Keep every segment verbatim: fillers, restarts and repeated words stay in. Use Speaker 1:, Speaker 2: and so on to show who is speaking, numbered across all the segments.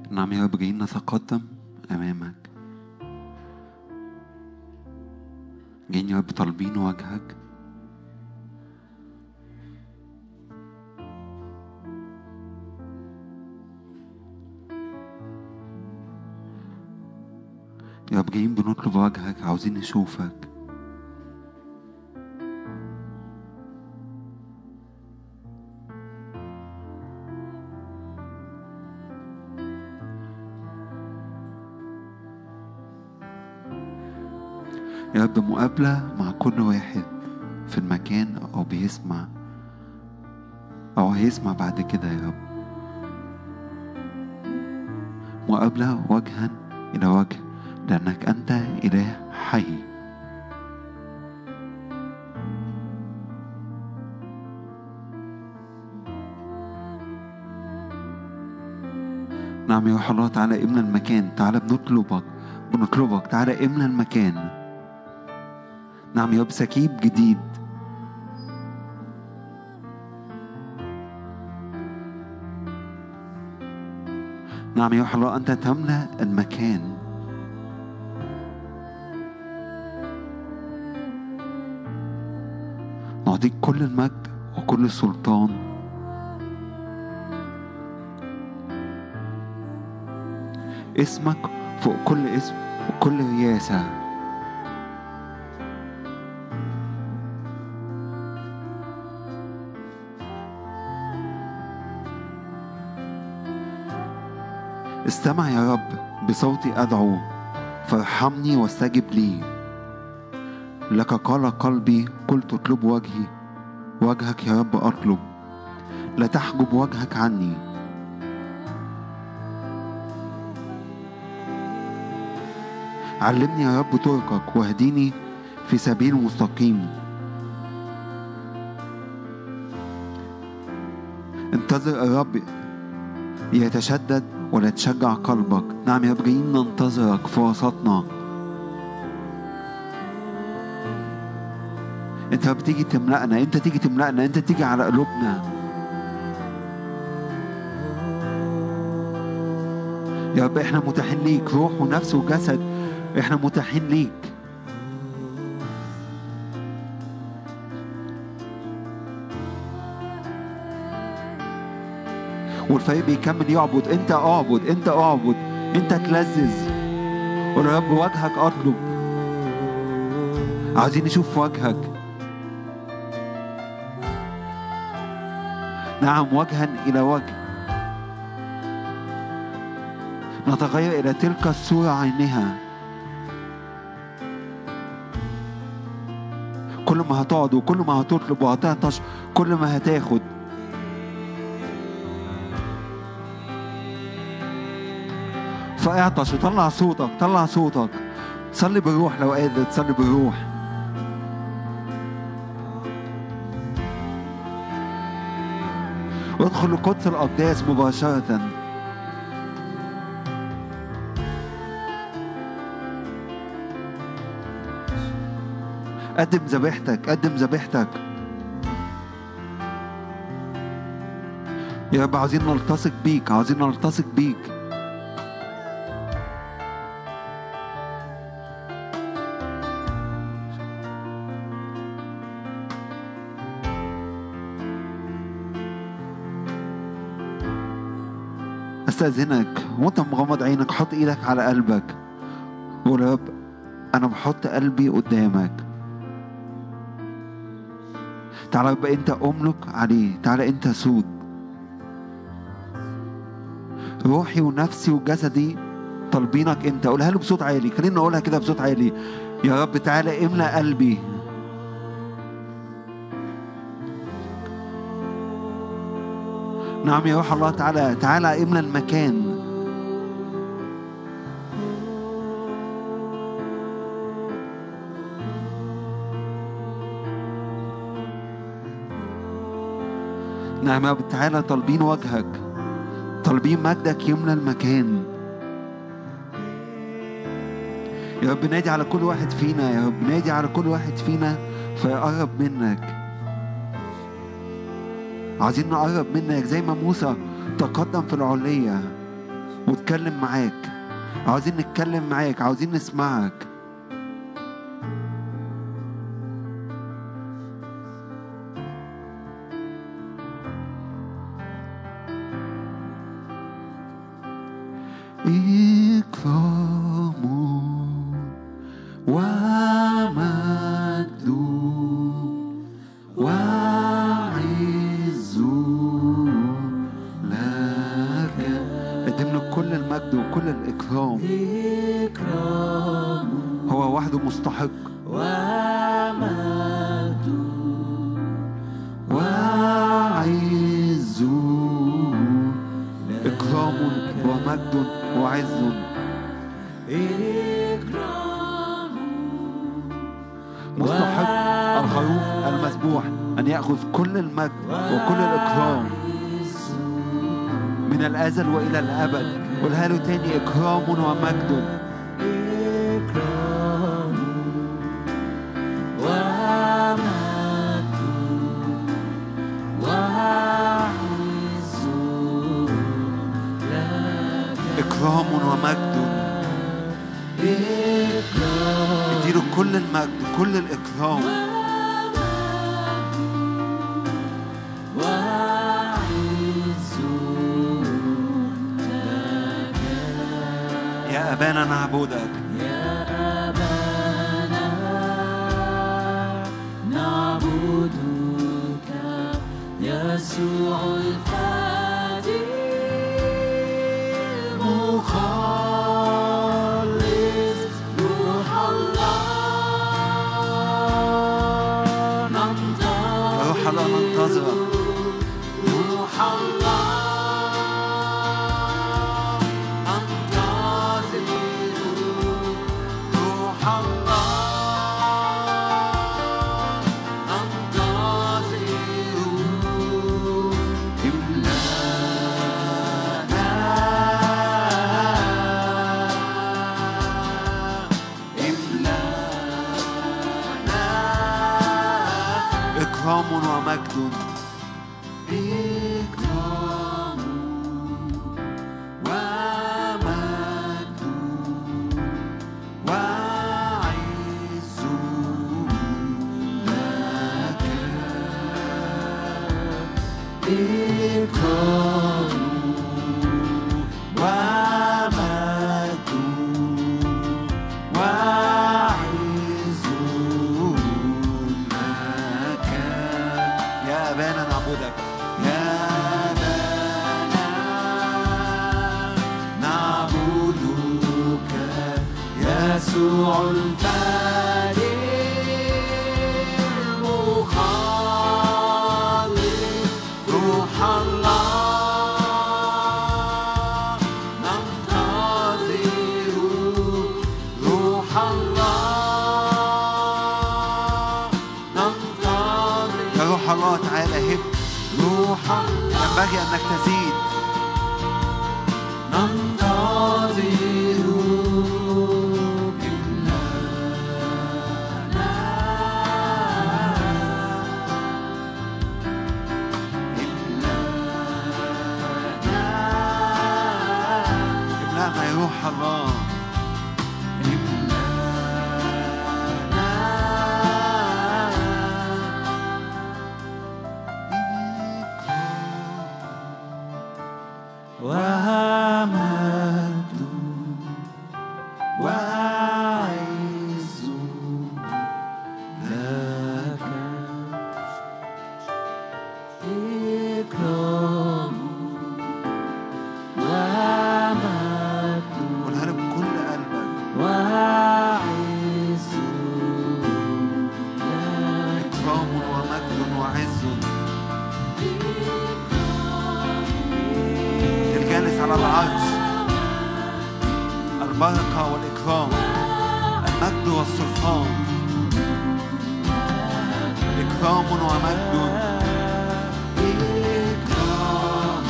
Speaker 1: نعم يا رب، جايين نتقدم أمامك، جايين يا رب طالبين وجهك. يا رب جايين بنطلب وجهك، عاوزين نشوفك. يا رب مقابلة مع كل واحد في المكان أو بيسمع أو هيسمع بعد كده يا رب، مقابلة وجها إلى وجه، لأنك أنت إله حي. نعم يا روح الله، تعالى املى المكان، تعالى بنطلبك بنطلبك تعالى املى المكان. نعم يا رب، سكيب جديد. نعم يا روح الله، أنت تملأ المكان. نعطيك كل المجد وكل السلطان. اسمك فوق كل اسم وكل رياسة. استمع يا رب بصوتي أدعو، فارحمني واستجب لي. لك قال قلبي، قلت اطلب وجهي، وجهك يا رب أطلب، لا تحجب وجهك عني. علمني يا رب طرقك واهديني في سبيل مستقيم. انتظر الرب يتشدد ولا تشجع قلبك. نعم يا رب، جايين ننتظرك في وسطنا. انت يا رب تيجي تملأنا، انت تيجي تملأنا، انت تيجي على قلوبنا يا رب. احنا متاحين ليك، روح ونفس وجسد، احنا متاحين ليك. والفريق بيكمل يعبد. انت اعبد، انت اعبد، انت تلذذ. قول يا رب وجهك اطلب، عايزين نشوف وجهك. نعم، وجها الى وجه، نتغير الى تلك الصورة عينها. كل ما هتقعد وكل ما هتطلب وهتعطش، كل ما هتاخد. فاعطش وطلع صوتك، طلع صوتك. صلي بالروح لو قادر تصلي بالروح. وادخل لقدس الأقداس مباشرة. قدم ذبيحتك، قدم ذبيحتك يا رب. عاوزين نلتصق بيك، عاوزين نلتصق بيك. استاذنك وانت مغمض عينك، حط ايدك على قلبك وقول يا رب انا بحط قلبي قدامك. تعالى يبقى انت املك عليه، تعالى انت سود. روحي ونفسي وجسدي طالبينك انت. قولها له بصوت عالي، خلينا نقولها كده بصوت عالي. يا رب تعالى املأ قلبي. نعم يا روح الله، تعالى تعالى املأ المكان. نعم يا رب، تعالى طالبين وجهك، طالبين مجدك يملى المكان. يا رب نادي على كل واحد فينا، يا رب نادي على كل واحد فينا فيقرب منك. عايزين نقرب منك زي ما موسى تقدم في العلية. واتكلم معاك. عاوزين نتكلم معاك، عاوزين نسمعك. إكرام ومجد وعز لك. قدم له كل المجد وكل الإكرام. هو وحده مستحق. ومجد وعز، إكرام ومجد وعز. مستحق الخروف المذبوح أن يأخذ كل المجد وكل الإكرام من الأزل وإلى الأبد. قولها له تاني، إكرام ومجد. إكرام ومجد. اديله كل المجد كل الإكرام. يا أبانا نعبدك،
Speaker 2: يا أبانا نعبدك، يسوع الفادي المخلص، روح الله ننتظر،
Speaker 1: روح الله ننتظرك،
Speaker 2: روح الله
Speaker 1: إكرام ومجد.
Speaker 2: إكرام ومجد وعز لك. إكرام ومجد وعز لك.
Speaker 1: يا أبانا نعبدك،
Speaker 2: يا أبانا نعبدك، يسوع الفادي المخلص، روح الله ننتظر، روح الله ننتظر.
Speaker 1: يا روح الله تعالى هب.
Speaker 2: روح الله
Speaker 1: ينبغي أنك تزيد.
Speaker 2: ننتظر إملانا، إملانا،
Speaker 1: املأنا يا روح الله.
Speaker 2: ومجد وعز لك. إكرام ومجد
Speaker 1: قولها له بكل قلبك.
Speaker 2: وعز لك.
Speaker 1: إكرام ومجد وعز. الجالس على العرش، البركة والإكرام، المجد والسلطان. إكرام ومجد.
Speaker 2: إكرام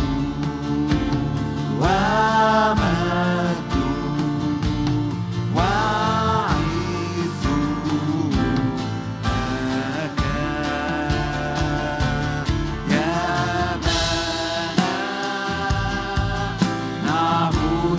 Speaker 2: ومجد وعز لك. يا أبانا نعبدك،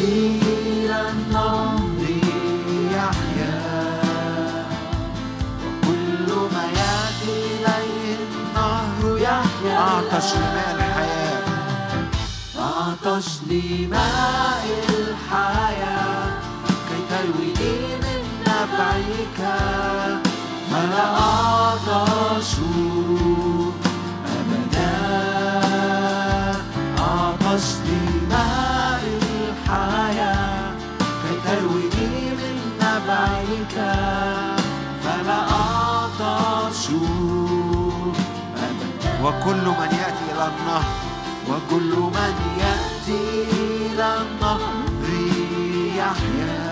Speaker 2: يأتي إلى النهر يحيا وكل ما يأتي إليه النهر يحيا.
Speaker 1: أعطش لماء الحياة،
Speaker 2: أعطش لماء الحياة كي ترويني من نبعك فلا أعطش أبدا. أعطش لماء الحياة كي ترويني من نبعك فلا أعطش أبدا.
Speaker 1: وكل من يأتي إلى النهر
Speaker 2: وكل من يأتي إلى النهر يحيا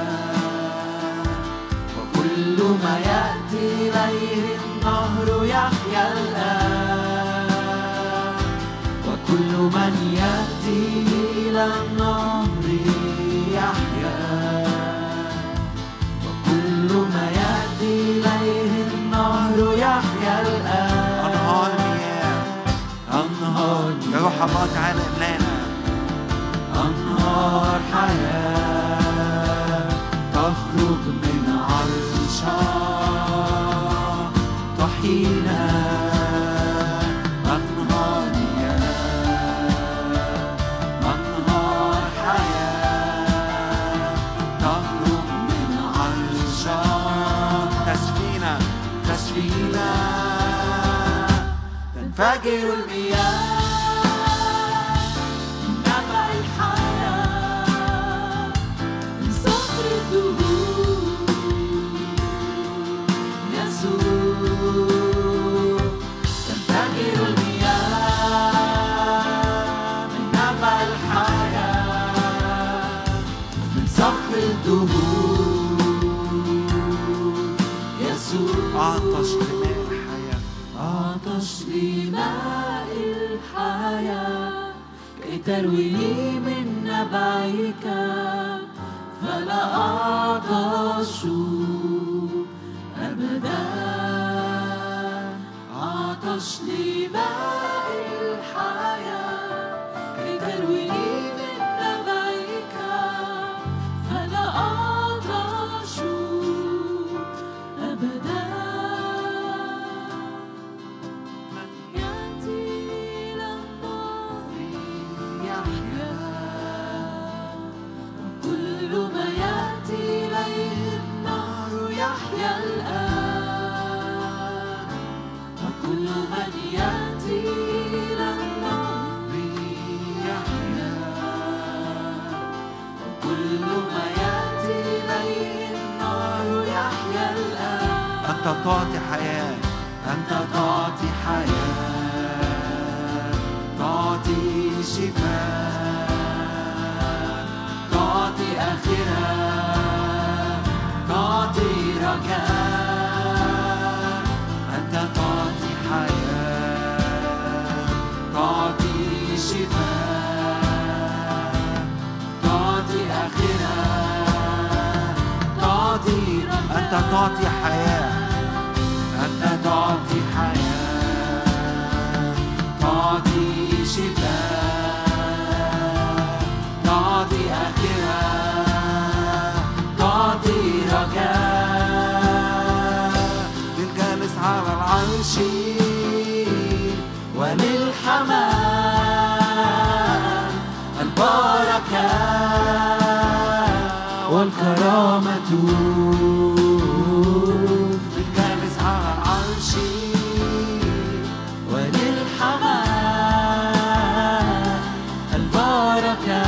Speaker 2: وكل ما يأتي إليه النهر يحيا الآن. وكل من يأتي إلى النهر يحيا وكل ما يأتي إليه النهر يحيا الآن.
Speaker 1: أنهار مياه،
Speaker 2: أنهار
Speaker 1: يا روح الله تعالى املانا.
Speaker 2: أنهار حياة تخرج من عرشها تحيينا. أنهار مياه أنهار حياة تخرج من عرشها
Speaker 1: تشفينا
Speaker 2: تشفينا. تنفجر المياه من نبع الحياة من صخر الدهور يسوع. تنفجر المياه من نبع الحياة من صخر الدهور يسوع.
Speaker 1: أعطش لماء الحياة،
Speaker 2: أعطش لماء الحياة كي ترويني من نبعك فلا أعطش أبدا. أعطش لماء الحياة كي ترويني من نبعك فلا أعطش أبدا. كل ما يأتي إليه النهر يحيا الآن. وكل من يأتي إلى النهر يحيا وكل ما يأتي إليه النهر يحيا الآن.
Speaker 1: أنت تعطي حياة،
Speaker 2: أنت تعطي حياة تعطي شفاء تعطي آخرة تعطي رجاء. أنت تعطي حياة تعطي شفاء تعطي آخرة تعطي رجاء.
Speaker 1: أنت تعطي حياة،
Speaker 2: أنت تعطي حياة تعطي شفاء تعطي آخرة تعطي رجاء. للجالس على العرش وللحمام البركة والكرامة. للجالس على العرش وللحمام البركة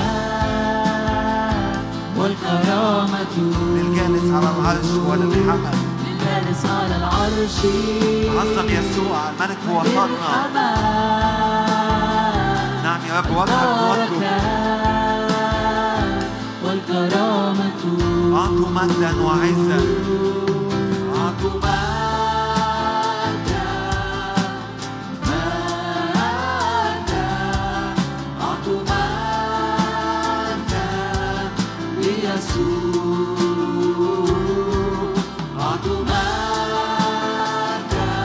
Speaker 2: والكرامة.
Speaker 1: للجالس على العرش وللحمل.
Speaker 2: للجالس على العرش
Speaker 1: عظم يسوع الملك في وسطنا. نعم يا رب، وجهك نطلب.
Speaker 2: والكرامة
Speaker 1: أعطوا مجدا وعزا،
Speaker 2: أعطوا مجدا مجدا أعطوا مجدا ليسوع. أعطوا مجدا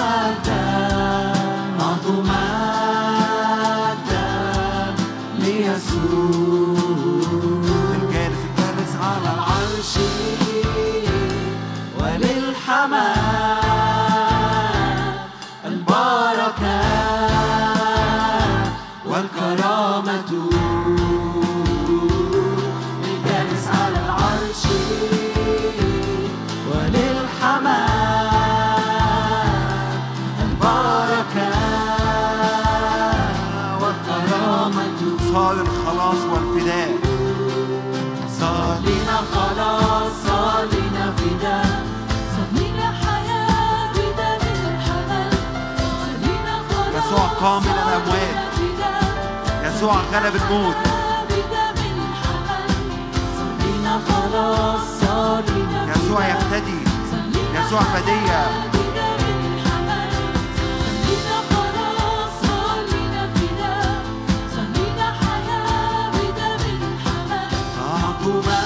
Speaker 2: مجدا أعطوا مجدا ليسوع. والكرامة للجالس على العرش وللحمام البركة والكرامة.
Speaker 1: صار الخلاص والفداء،
Speaker 2: صار لنا خلاص، صار لنا فداء، صار لنا حياة بدم الحمل، صار لنا خلاص.
Speaker 1: يسوع قام من الأموات، يسوع غلب الموت.
Speaker 2: بدم الحمل صار لنا خلاص، صار لنا
Speaker 1: يسوع يفتدي، يسوع فدية.
Speaker 2: بدم الحمل صار لنا خلاص، صار لنا فداء، صار لنا حياة بدم الحمل.
Speaker 1: أعطوا مجدا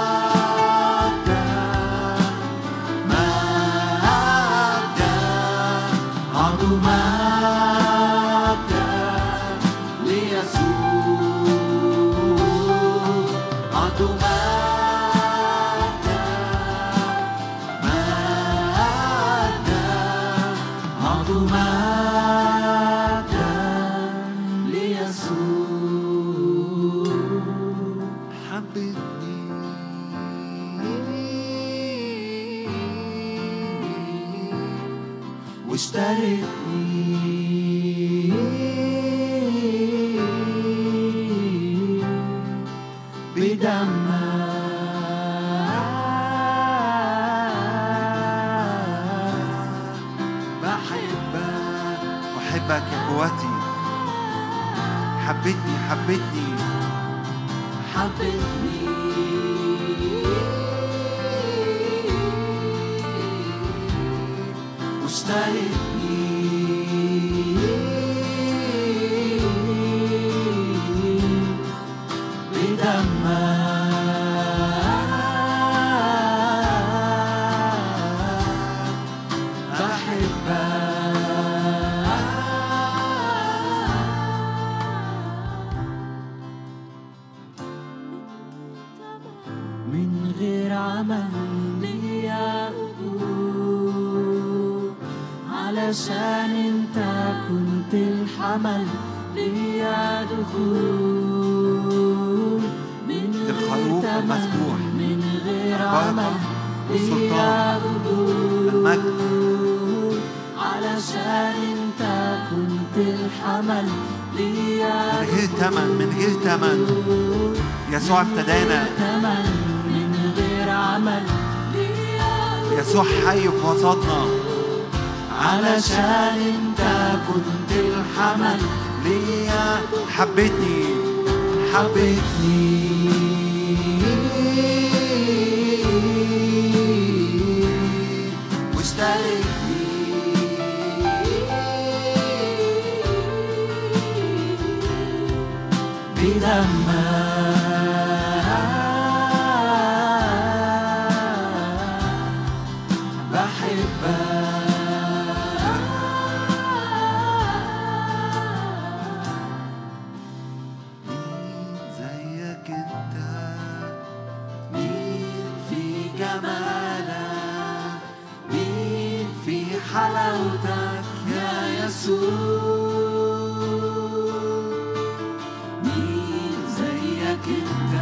Speaker 1: مجدا،
Speaker 2: أعطوا مجدا ليسوع، أعطوا مجدا مجدا، أعطوا مجدا ليسوع.
Speaker 1: حببني
Speaker 2: واشتركني بدمك، بحبك
Speaker 1: أحبك يا قوتي. حبتني حبتني
Speaker 2: حبتني واشتركني بدمك، بحبك من غير عمل ليا قبول، علشان انت كنت الحمل ليا دخول، من غير
Speaker 1: الخروف
Speaker 2: تمن
Speaker 1: المذبوح،
Speaker 2: من غير
Speaker 1: البركة
Speaker 2: عمل
Speaker 1: والسلطان،
Speaker 2: ليا قبول،
Speaker 1: المجد.
Speaker 2: علشان انت كنت الحمل ليا
Speaker 1: من غير تمن، من غير تمن يسوع افتدانا.
Speaker 2: تمن من غير عمل ليا،
Speaker 1: يسوع حي في وسطنا.
Speaker 2: علشان انت كنت الحمل
Speaker 1: ليا حبتني
Speaker 2: حبتني واشتركني بدمك، بحبك.
Speaker 1: زيك انت،
Speaker 2: مين في جمالك، مين في حلاوتك يا يسوع، مين زيك انت،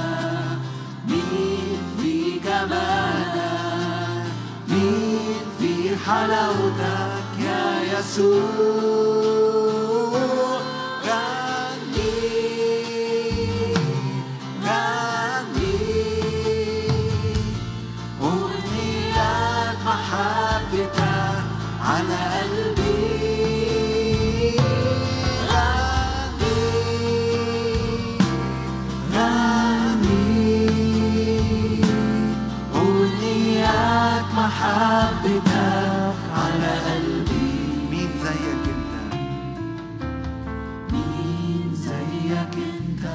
Speaker 2: مين في جمالك، مين في حلاوتك يا يسوع. غني غني أغنيات محبتك على قلبي، غني غني أغنيات محبتك على قلبي.
Speaker 1: مين زيك انت،
Speaker 2: مين زيك انت،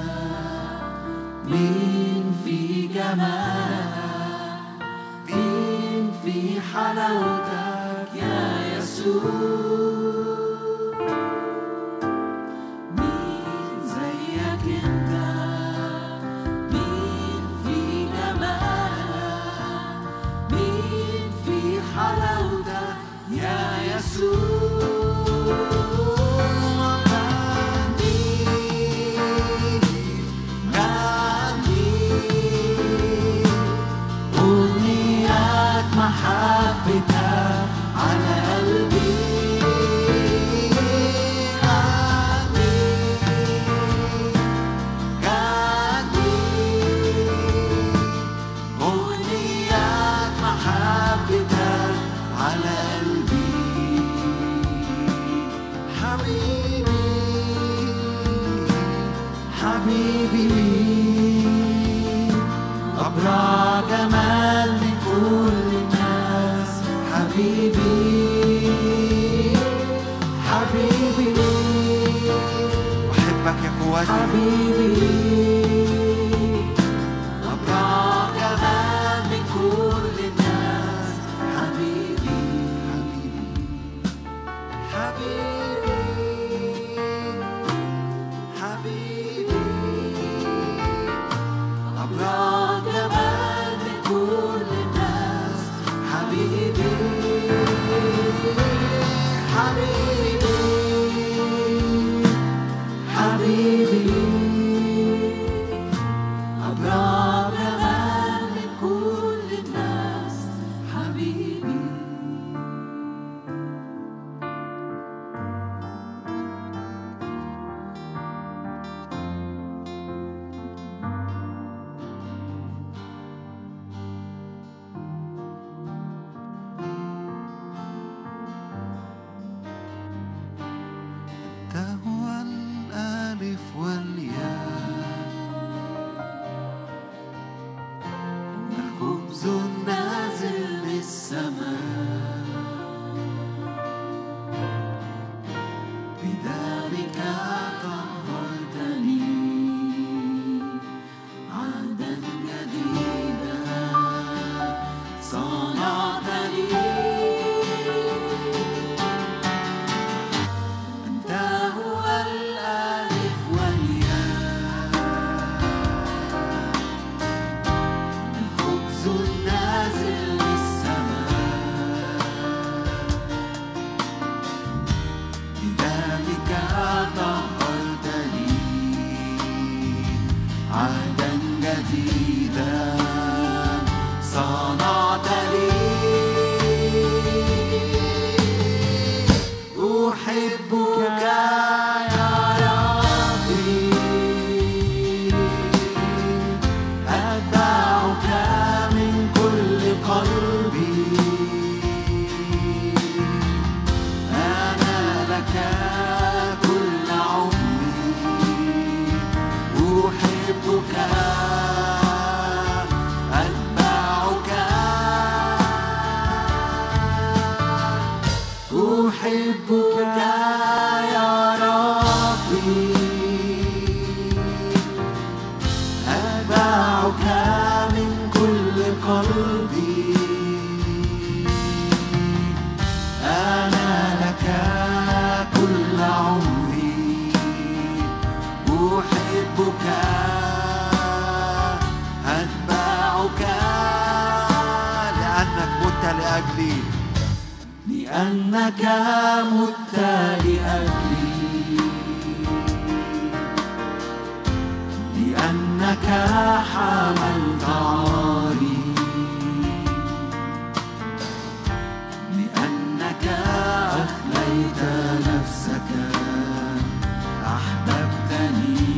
Speaker 2: مين في جمالك، مين في حلاوتك يا يسوع، مين زيك انت، مين في جمالك، مين في حلاوتك يا يسوع. غني حبيبي مين أبرع جمال من كل الناس حبيبي حبيبي
Speaker 1: أحبك يا قوتي
Speaker 2: حبيبي أبرع جمال من كل الناس حبيبي حبيبي حبيبي أبرع جمال من كل الناس حبيبي حبيبي حبيبي أبرع جمال من كل الناس حبيبي
Speaker 1: أنت هو الألف والياء
Speaker 2: الخبز النازل للسماء بدمك طهرتني عهدا جديدا صنعتني أنت هو الألف والياء الخبز النازل للسماء بدمك طهرتني عهدا جديدا صنعتني أحبك يا ربي أتبعك من كل قلبي أنا لك كل عمري أحبك أتبعك أحبك يا ربي أتبعك من كل قلبي أنا لك كل عمري أحبك أتبعك
Speaker 1: لأنك مت لأجلي
Speaker 2: لأنك مت لأجلي لأنك حملت عاري لأنك أخليت نفسك أحببتني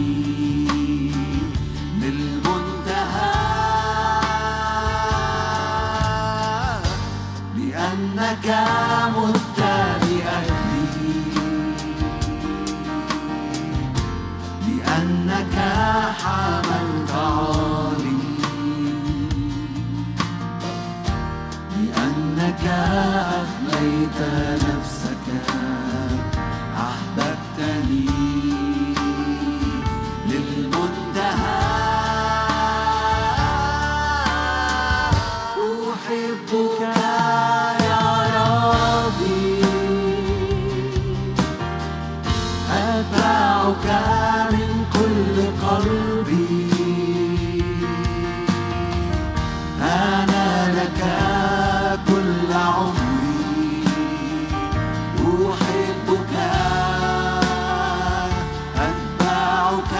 Speaker 2: للمنتهى لأنك مت لأجلي لأنك حملت عاري لأنك أخليت نفسك أحببتني للمنتهى أحبك يا ربي أتبعك من كل قلبي أنا لك كل عمري أحبك أتبعك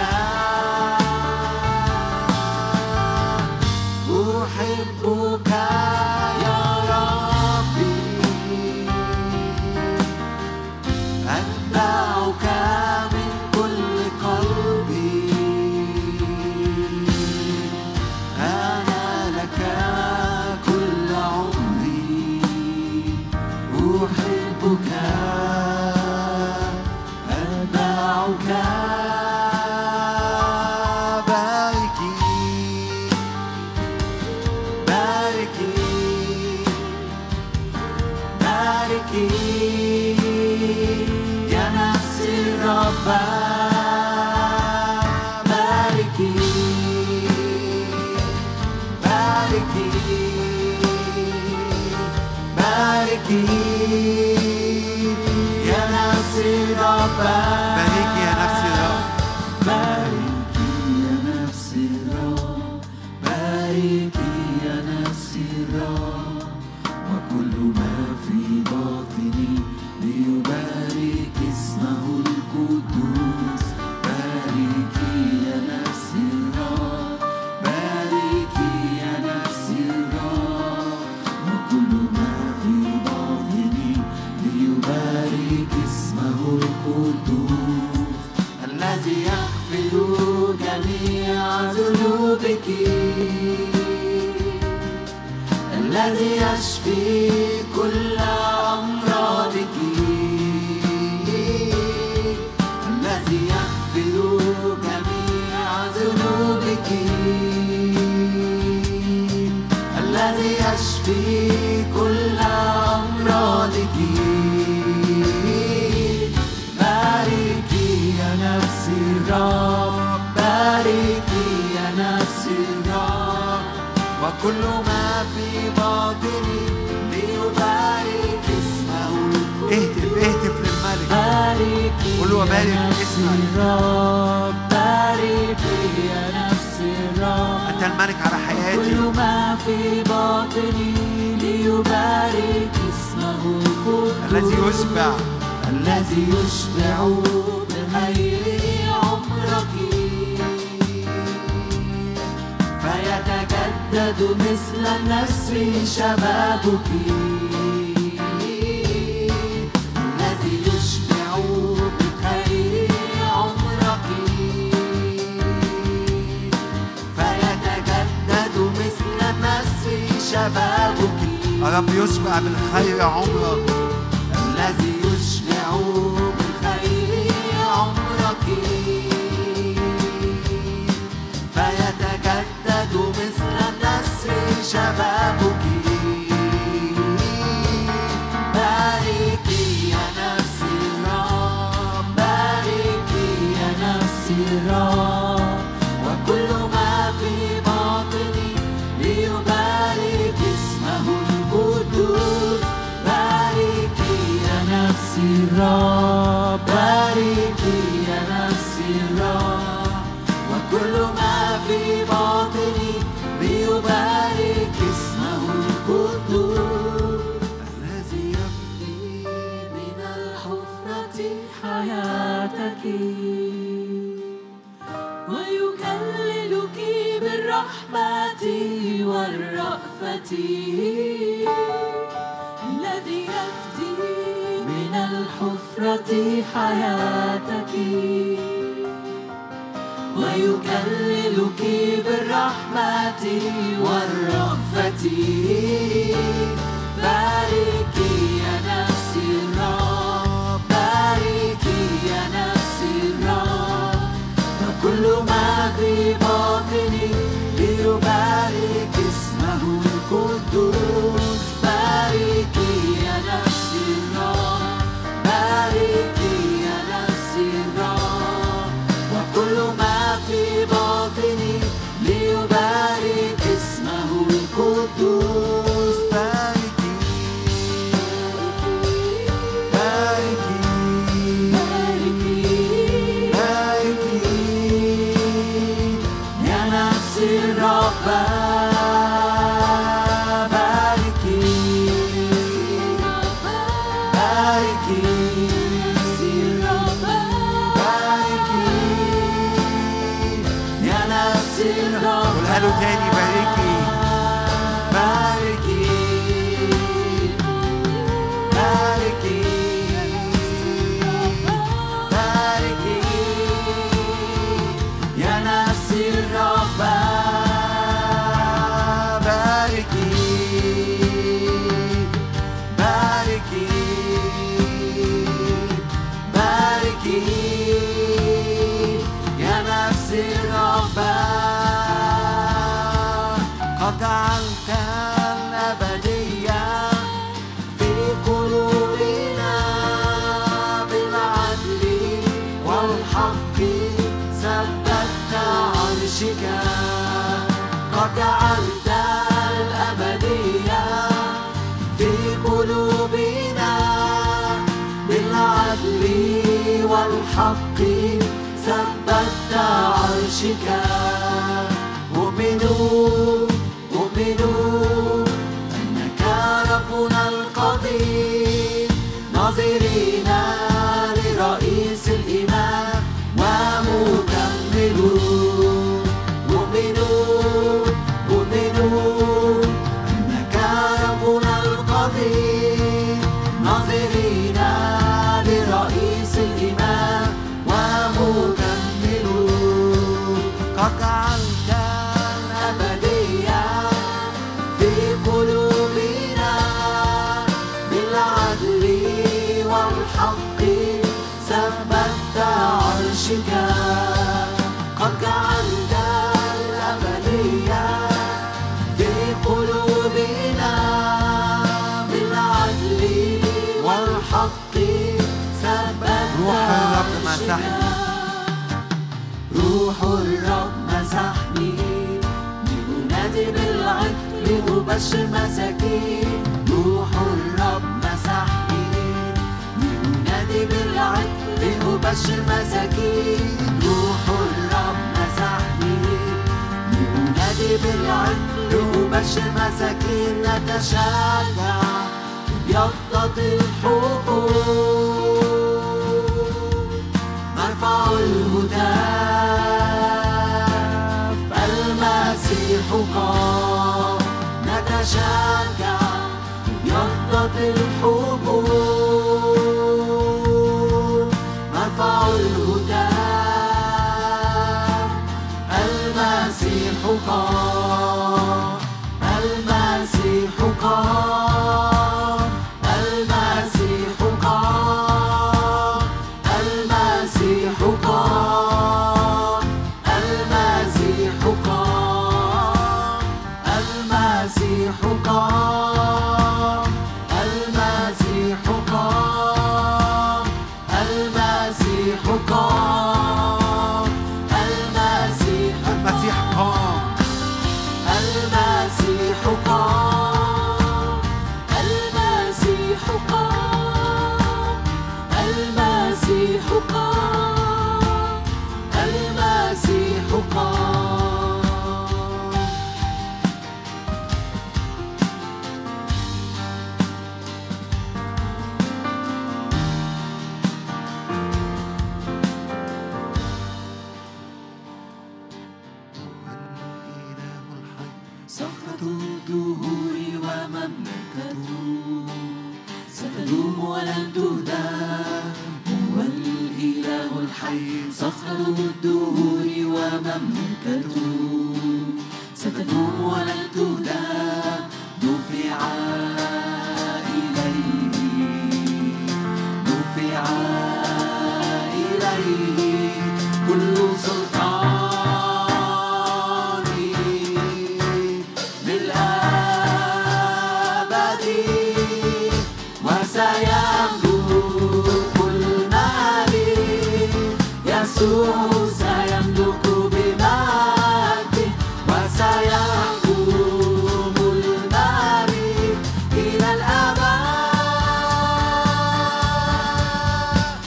Speaker 2: أحبك يا ربي أتبعك من كل قلبي أنا لك كل عمري أحبك أتبعك ربا باركي باركي باركي يا نفسي ربا
Speaker 1: باركي يا نفسي الرب
Speaker 2: باركي يا نفسي الرب باركي يا نفسي الرب وكل ما في باطني ليبارك اسمه القدوس باركي يا نفسي الرب باركي يا نفسي الرب وكل ما في باطني ليبارك اسمه القدوس الذي يغفر جميع ذنوبك الذي يشفي كل أمراضك الذي يغفر جميع ذنوبك الذي يشفي كل أمراضك باركي يا نفسي الرب باركي يا نفسي الرب وكل ما في باطني ليبارك اسمه
Speaker 1: اهتف اهتف للملك
Speaker 2: باركي
Speaker 1: قل له
Speaker 2: يا
Speaker 1: بارك
Speaker 2: نفسي
Speaker 1: اسمك
Speaker 2: الرب باركي يا نفسي الرب
Speaker 1: أنت الملك على حياتي
Speaker 2: كل ما في باطني ليبارك اسمه القدوس
Speaker 1: الذي يشبع
Speaker 2: الذي يشبع بخير عمرك فيتجدد مثل النسر شبابك الذي يشبع بخير عمرك فيتجدد مثل النسر شبابك
Speaker 1: يا رب يشبع بالخير عمرك
Speaker 2: الذي يشبع بالخير عمرك فيتجدد مثل النسر شبابك باركي يا نفسي الرب باركي يا نفسي الرب وكل ما في باطني ليبارك اسمه القدوس باركي يا نفسي الرب باركي يا نفسي الرب وكل ما في باطني ليبارك اسمه القدوس الذي يفدي من الحفرة حياتك ويكللك بالرحمة والرأفة الذي يفدي من الحفرة حياتك ويكللك بالرحمة والرأفة باركي يا نفسي الرب باركي يا نفسي الرب وكل ما في باطني ليبارك اسمه القدوس باركي يا نفسي الرب باركي يا نفسي الرب وكل ما في باطني ليبارك اسمه القدوس باركي باركي باركي باركي يا نفسي الرب باركي باركي نفسي الرب باركي يا نفسي الرب
Speaker 1: قولها له تاني باركي
Speaker 2: باركي باركي باركي يا نفسي الرب باركي باركي باركي يا نفسي الرب قد جعلت الأبدية في قلوبنا بالعدل والحق ثبت عرشك قد جعلت الأبدية في قلوبنا بالعدل والحق ثبت عرشك أؤمنوا أؤمنوا أنك ربنا القدير ناظرين لرئيس الإيمان ومكمله أؤمنوا أؤمنوا أنك ربنا القدير ناظرين لرئيس الإيمان ومكمله قد جعلت الأبدية في قلوبنا بالعدل والحق ثبت عرشك قد جعلت الأبدية في قلوبنا بالعدل والحق ثبت
Speaker 1: روح الرب مسحني
Speaker 2: روح الرب مسحني لأنادي بالعدل لأبشر مساكين روح الرب مسحني لأنادي بالعدل لأبشر مساكين روح الرب مسحني لأنادي بالعدل لأبشر مساكين نتشجع بيضة الحقوق نرفع الهتاف المسيح قام نتشجع بيضة الحقوق نرفع الهتاف المسيح قام المسيح قام المسيح قام المسيح قام المسيح قام المسيح قام المسيح قام المسيح قام المسيح
Speaker 1: المسيح قام
Speaker 2: المسيح قام المسيح قام المسيح قام المسيح قام صخرة الدهور ومملكته ستدوم ولن تهدم هو الإله الحي صخرة الدهور ومملكته ستدوم ولن تهدم دفع إليه دفع إليه كل سلطان سيملك بمجد وسيحكم الملك إلى الأبد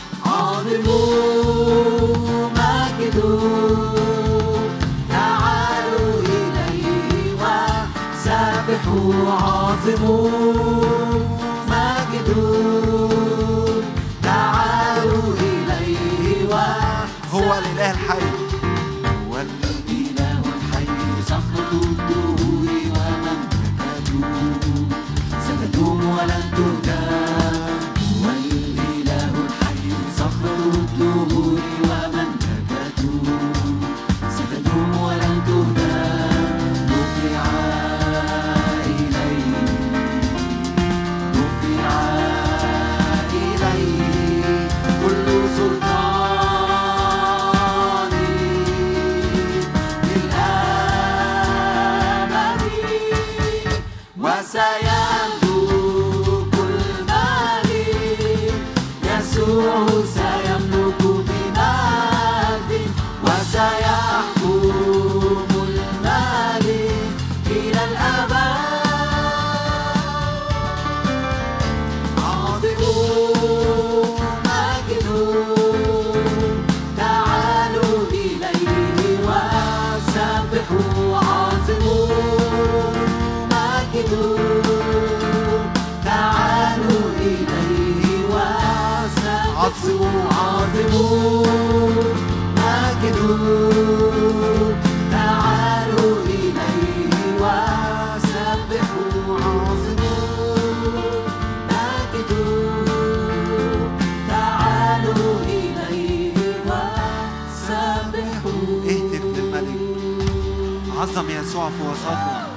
Speaker 2: عظموا مجدوا تعالوا إليه وسبحوا عظموا مجدوا تعالوا إليه
Speaker 1: هو الإله الحي
Speaker 2: هو الإله الحي صخرة الدهور ومملكته ستدوم ولن تهدم هو الإله الحي صخرة الدهور ومملكته ستدوم ولن تهدم دفع إليه دفع إليه كل سلطان
Speaker 1: اهتف للملك، عظم يسوع في وسطنا.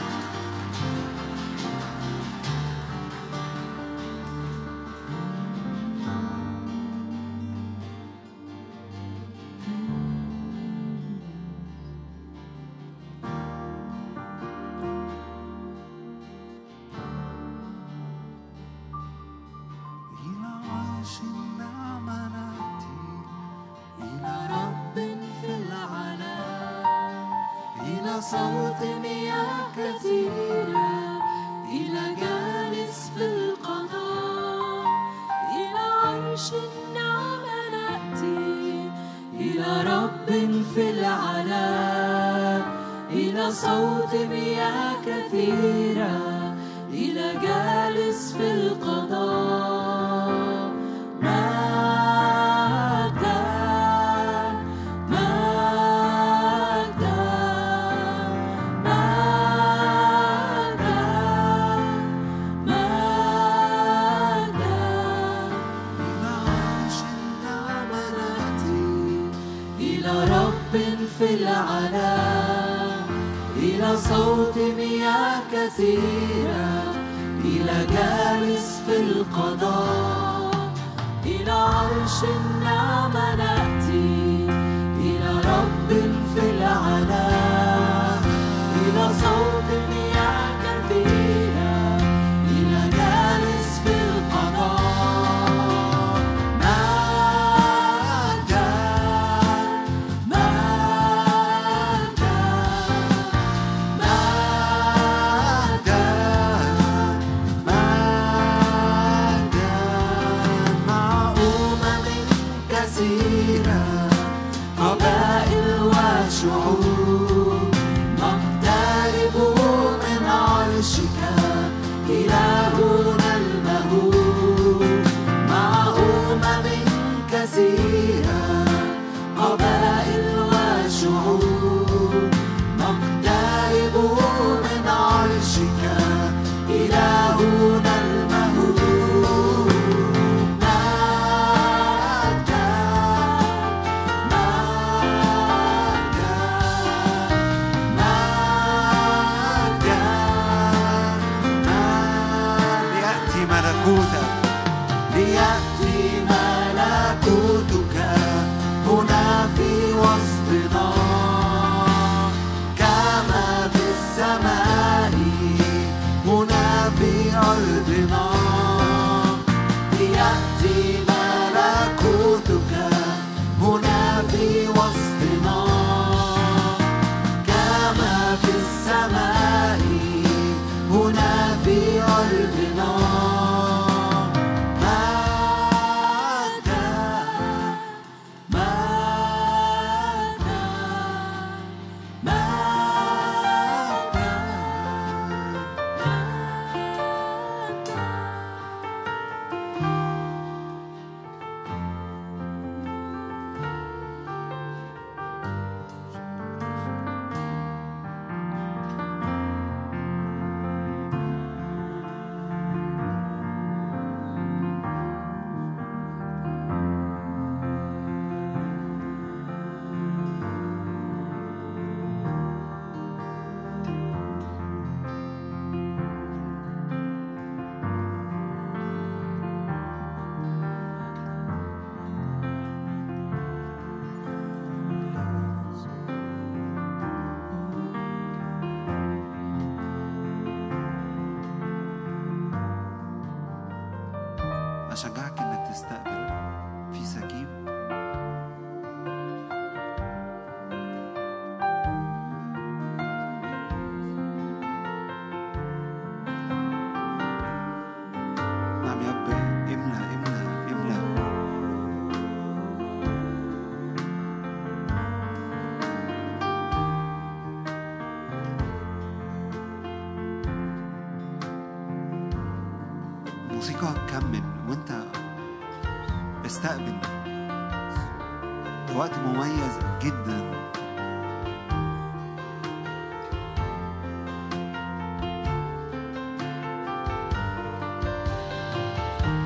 Speaker 1: أشجعك إنك تستقبل في سكيب. نعم يا رب، املأ املأ املأ. الموسيقى هتكمل وانت استقبل. وقت مميز جدا.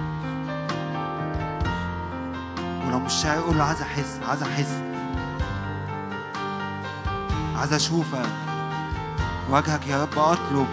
Speaker 1: ولو مش شاعر قول له عايز احس، عايز احس. عايز أشوفك وجهك يا رب أطلب.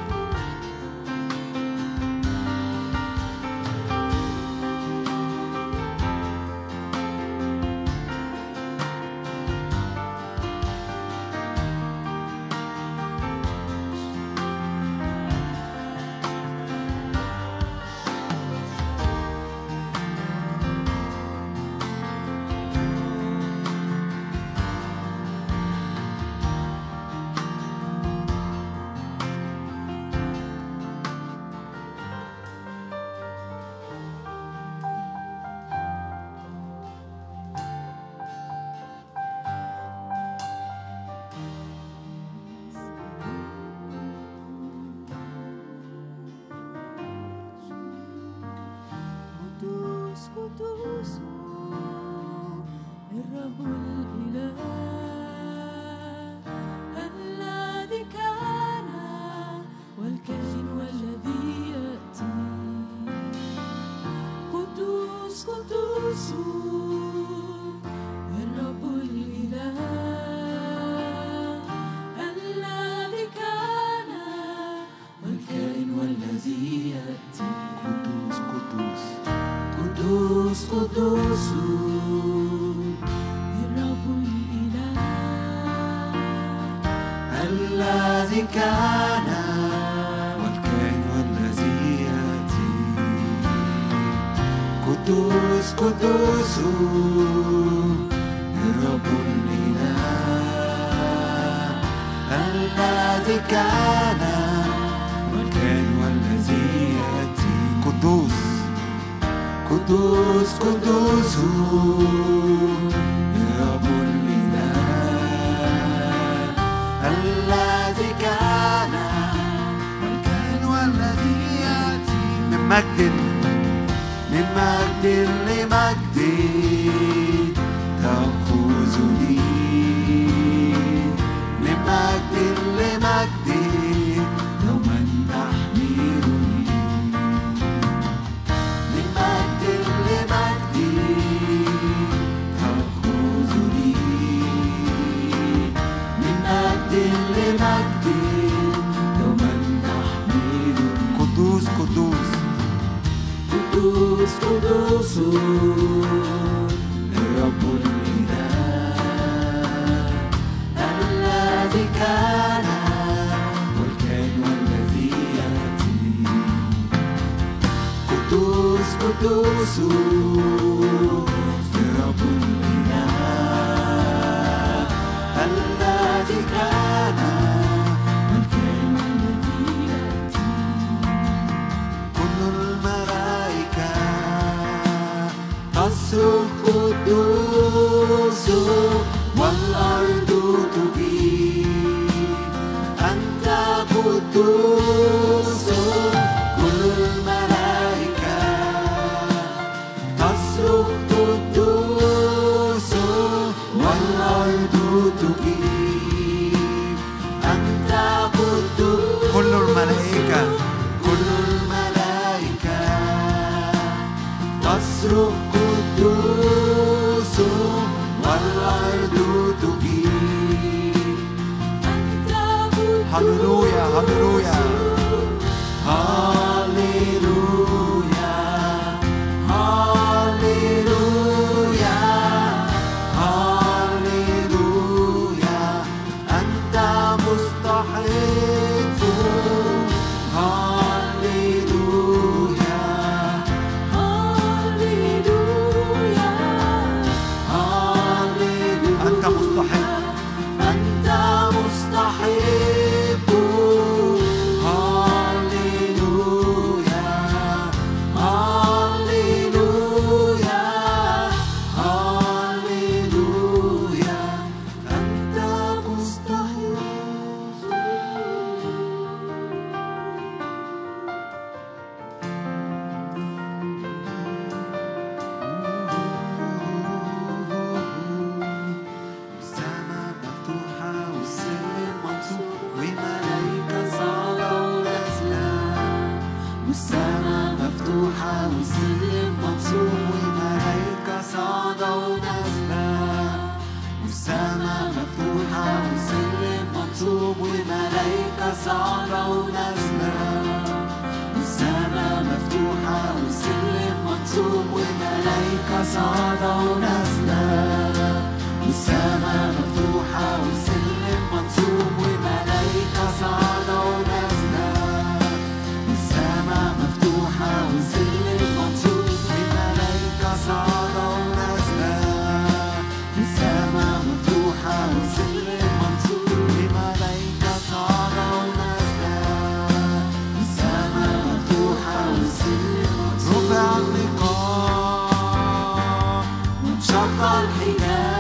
Speaker 2: والسما مفتوحة والسلم منصوب وملايكة صاعدة ونازلة، والسما مفتوحة والسلم منصوب وملايكة صاعدة ونازلة، والسما مفتوحة والسلم منصوب وملايكة صاعدة ونازلة، والسما مفتوحة والسلم منصوب وملايكة صاعدة ونازلة، والسما مفتوحة والسلم منصوب وملايكة صاعدة ونازلة، والسما مفتوحة والسلم منصوب. رفع النقاب وانشق الحجاب،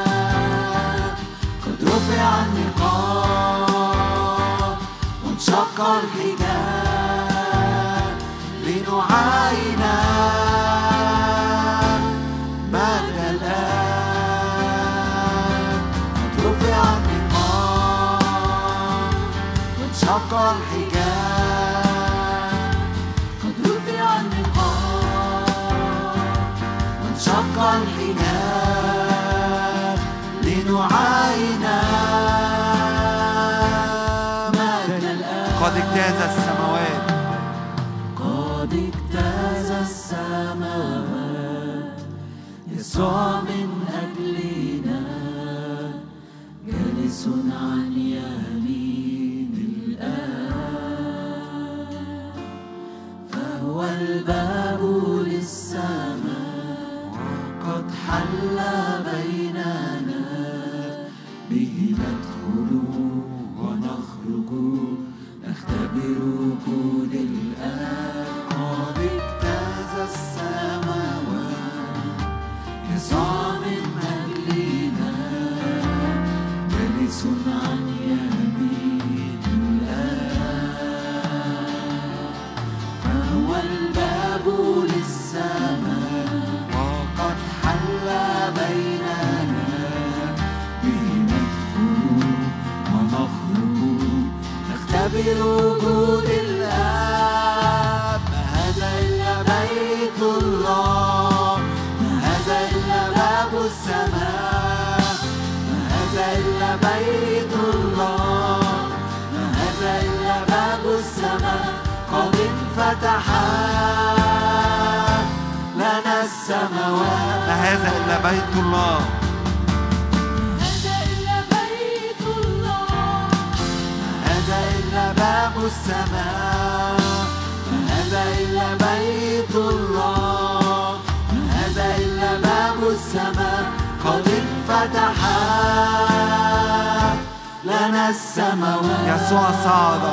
Speaker 2: رفع النقاب وانشق الحجاب لنعاين مجد الآب. قد رفع النقاب وانشق الحجاب، قد رفع النقاب وانشق الحجاب لنعاين مجد الآب.
Speaker 1: قد اجتاز السماوات،
Speaker 2: قد اجتاز السماوات، يسوع من أجلنا جالس عن يمين الآب، فهو الباب للسماء قد حل بيننا، به ندخل ونخرج نختبر وجود الآب. قد اجتاز السماوات، يسوع من أجلنا جالس عن يمين الآب، فهو الباب للسماء وقد حل بيننا، به ندخل ونخرج نختبر وجود الآب. ما هذا إلا بيت الله، ما هذا إلا باب السماء، ما هذا إلا بيت الله، ما هذا إلا باب السماء. قد انفتح لنا السماوات،
Speaker 1: ما هذا إلا بيت الله،
Speaker 2: باب السماء، ما هذا إلا بيت الله، ما هذا إلا باب السماء. قد انفتح لنا السماوات.
Speaker 1: يسوع صعد،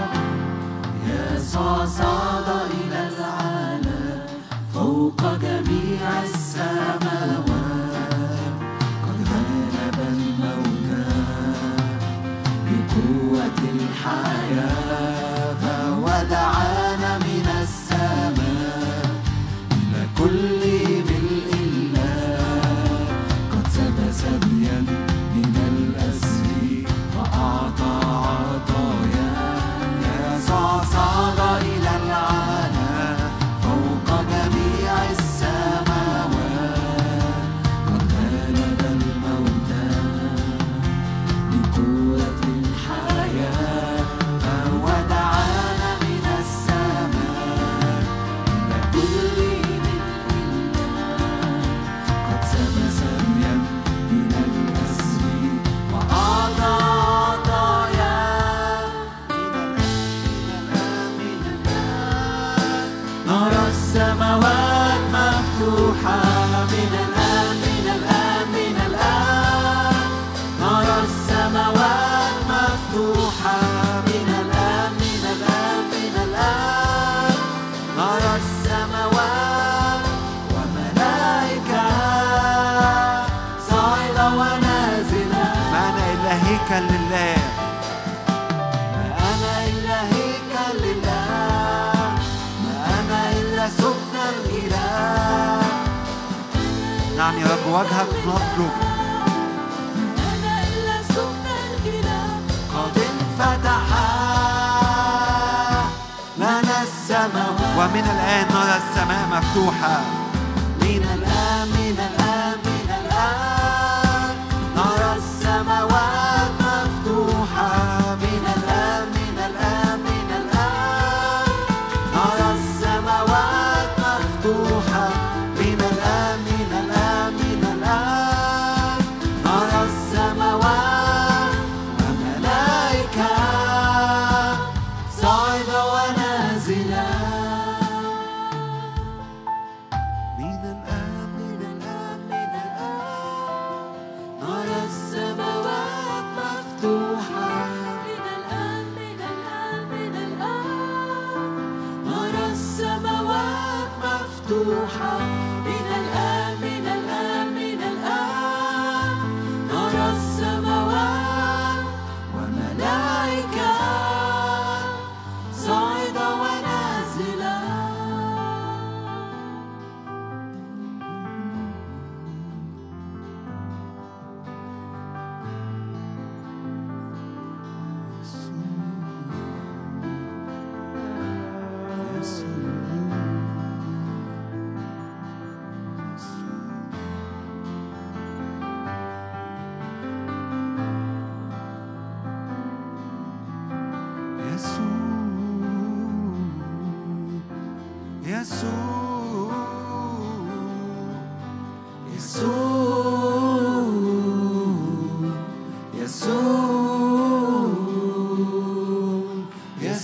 Speaker 2: يسوع صعد إلى العالى فوق جميع السماوات، قد غلب الموتى بقوة الحياة، فودعانا من السماء إلى كل ملء الله. قد سب سبيا من الأسر وأعطى عطايا، يسوع صعد إلى العالى فوق جميع السماوات، قد غلب الموتى بقوة الحياة، فودعانا من السماء إلى كل ملء الله. قد سب سبيا من الأسر وأعطى عطايا، نرى السماوات مفتوحة من الآن من الآن من الآن، نرى السماوات مفتوحة من الآن من الآن من الآن، نرى السماوات وملائكة صاعدة ونازلة.
Speaker 1: ما أنا إلا هيكل لله،
Speaker 2: ما أنا إلا هيكل لله، ما أنا إلا سكن الإله.
Speaker 1: نعم يا رب وجهك نطلب.
Speaker 2: أنا إلا سكن الإله. قد انفتح لنا السماء،
Speaker 1: ومن الآن نرى السماء مفتوحة،
Speaker 2: من الآن من الآن من الآن نرى السماوات مفتوحة، يسوع يسوع يسوع يسوع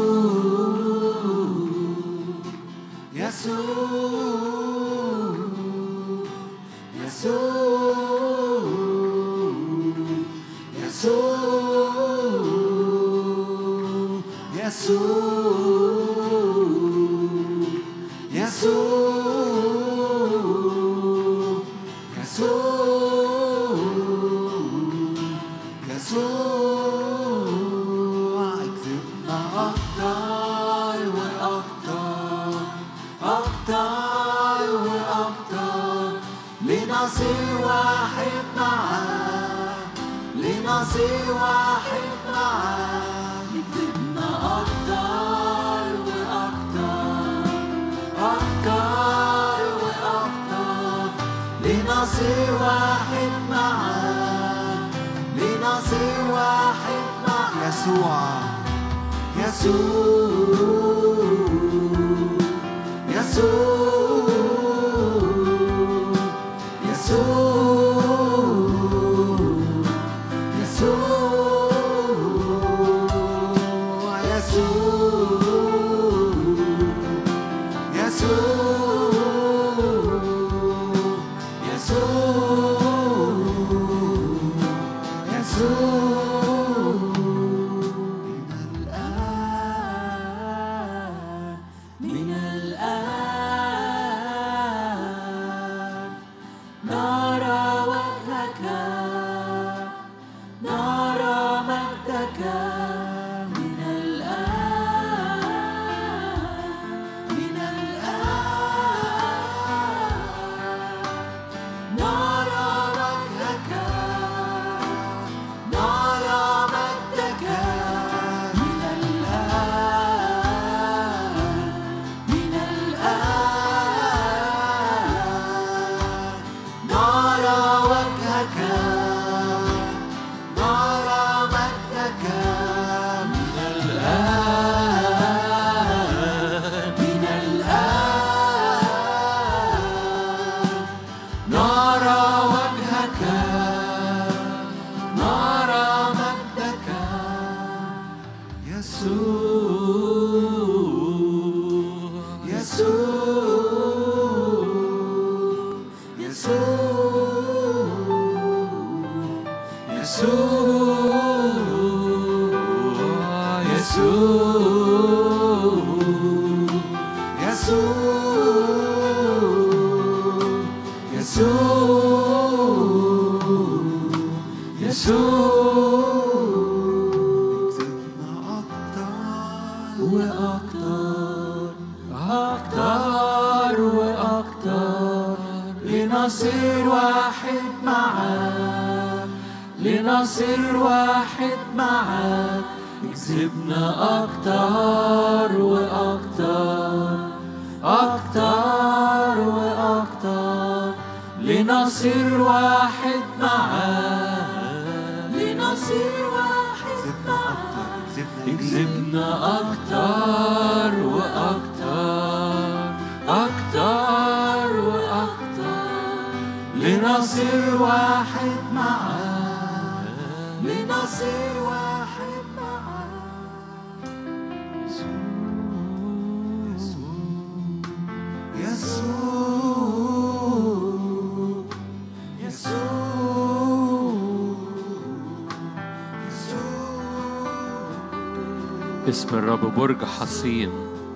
Speaker 3: اسم الرب برج حصين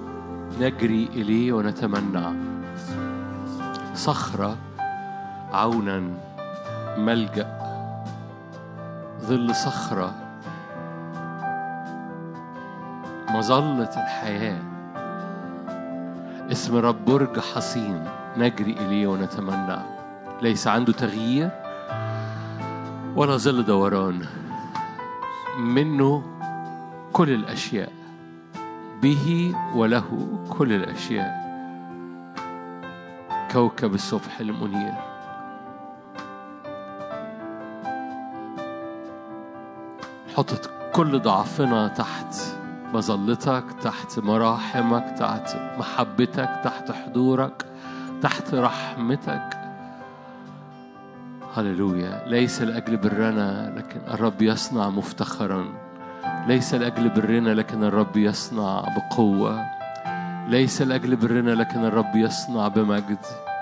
Speaker 3: نجري إليه ونتمنى، صخرة عونا ملجأ، ظل صخرة مظلة الحياة. اسم الرب برج حصين نجري إليه ونتمنى، ليس عنده تغيير ولا ظل دوران، منه كل الأشياء، به وله كل الأشياء، كوكب الصبح المنير. نحط كل ضعفنا تحت مظلتك، تحت مراحمك، تحت محبتك، تحت حضورك، تحت رحمتك. هللويا. ليس لأجل برنا لكن الرب يصنع مفتخرا. ليس لأجل برنا لكن الرب يصنع بقوة. ليس لأجل برنا لكن الرب يصنع بمجد.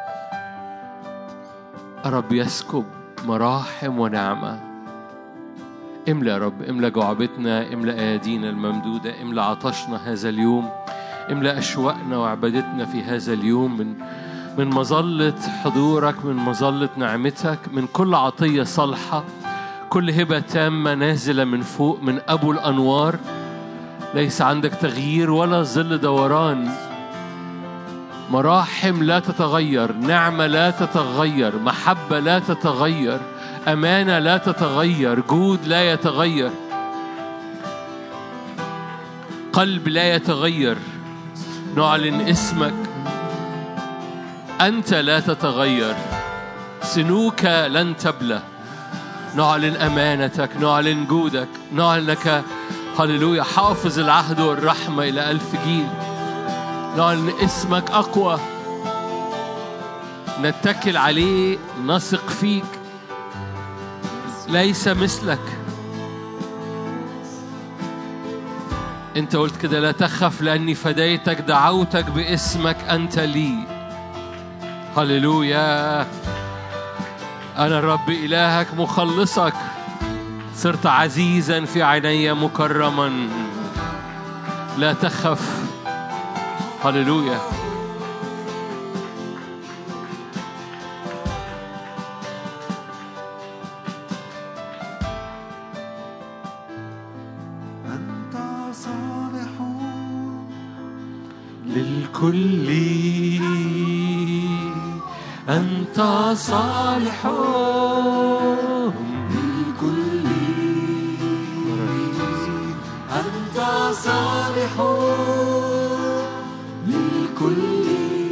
Speaker 3: الرب يسكب مراحم ونعمة. املأ يا رب، املأ جعبتنا، املأ أيادينا الممدودة، املأ عطشنا هذا اليوم، املأ أشواقنا وعبادتنا في هذا اليوم من من مظلة حضورك، من مظلة نعمتك، من كل عطية صالحة، كل هبة تامة نازلة من فوق من أبو الأنوار. ليس عندك تغيير ولا ظل دوران. مراحم لا تتغير، نعمة لا تتغير، محبة لا تتغير، أمانة لا تتغير، جود لا يتغير، قلب لا يتغير. نعلن اسمك، أنت لا تتغير، سنوك لن تبلى. نعلن أمانتك، نعلن جودك، نعلنك هللويا حافظ العهد والرحمة إلى ألف جيل. نعلن اسمك أقوى، نتكل عليه، نثق فيك، ليس مثلك. أنت قلت كده، لا تخف لأني فديتك، دعوتك باسمك أنت لي. هللويا. أنا الرب إلهك مخلصك، صرت عزيزا في عيني مكرما. لا تخف. هللويا.
Speaker 1: أنت صالح
Speaker 3: للكل، أنت صالح
Speaker 2: للكل، أنت صالح للكل،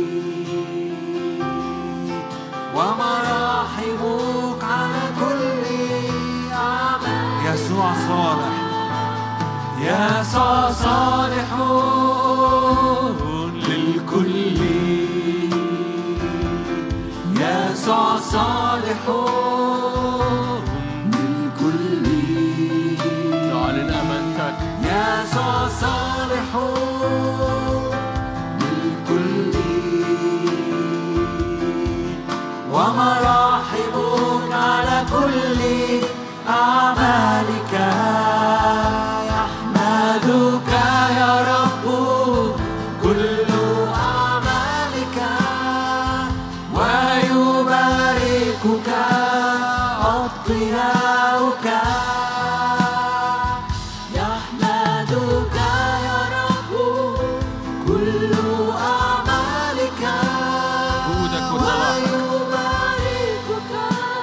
Speaker 2: ومراحمك على كل أعمال.
Speaker 1: يسوع صالح،
Speaker 2: يسوع صالح للكل، يسوع صالح للكل.
Speaker 3: نعلن أمانتك.
Speaker 2: يسوع صالح للكل، ومراحمك على كل أعمالك. يحمدك يا رب كل أعمالك، ويباركك أتقياؤك. يحمدك يا رب كل أعمالك،
Speaker 3: جودك وصلاحك.
Speaker 2: ويباركك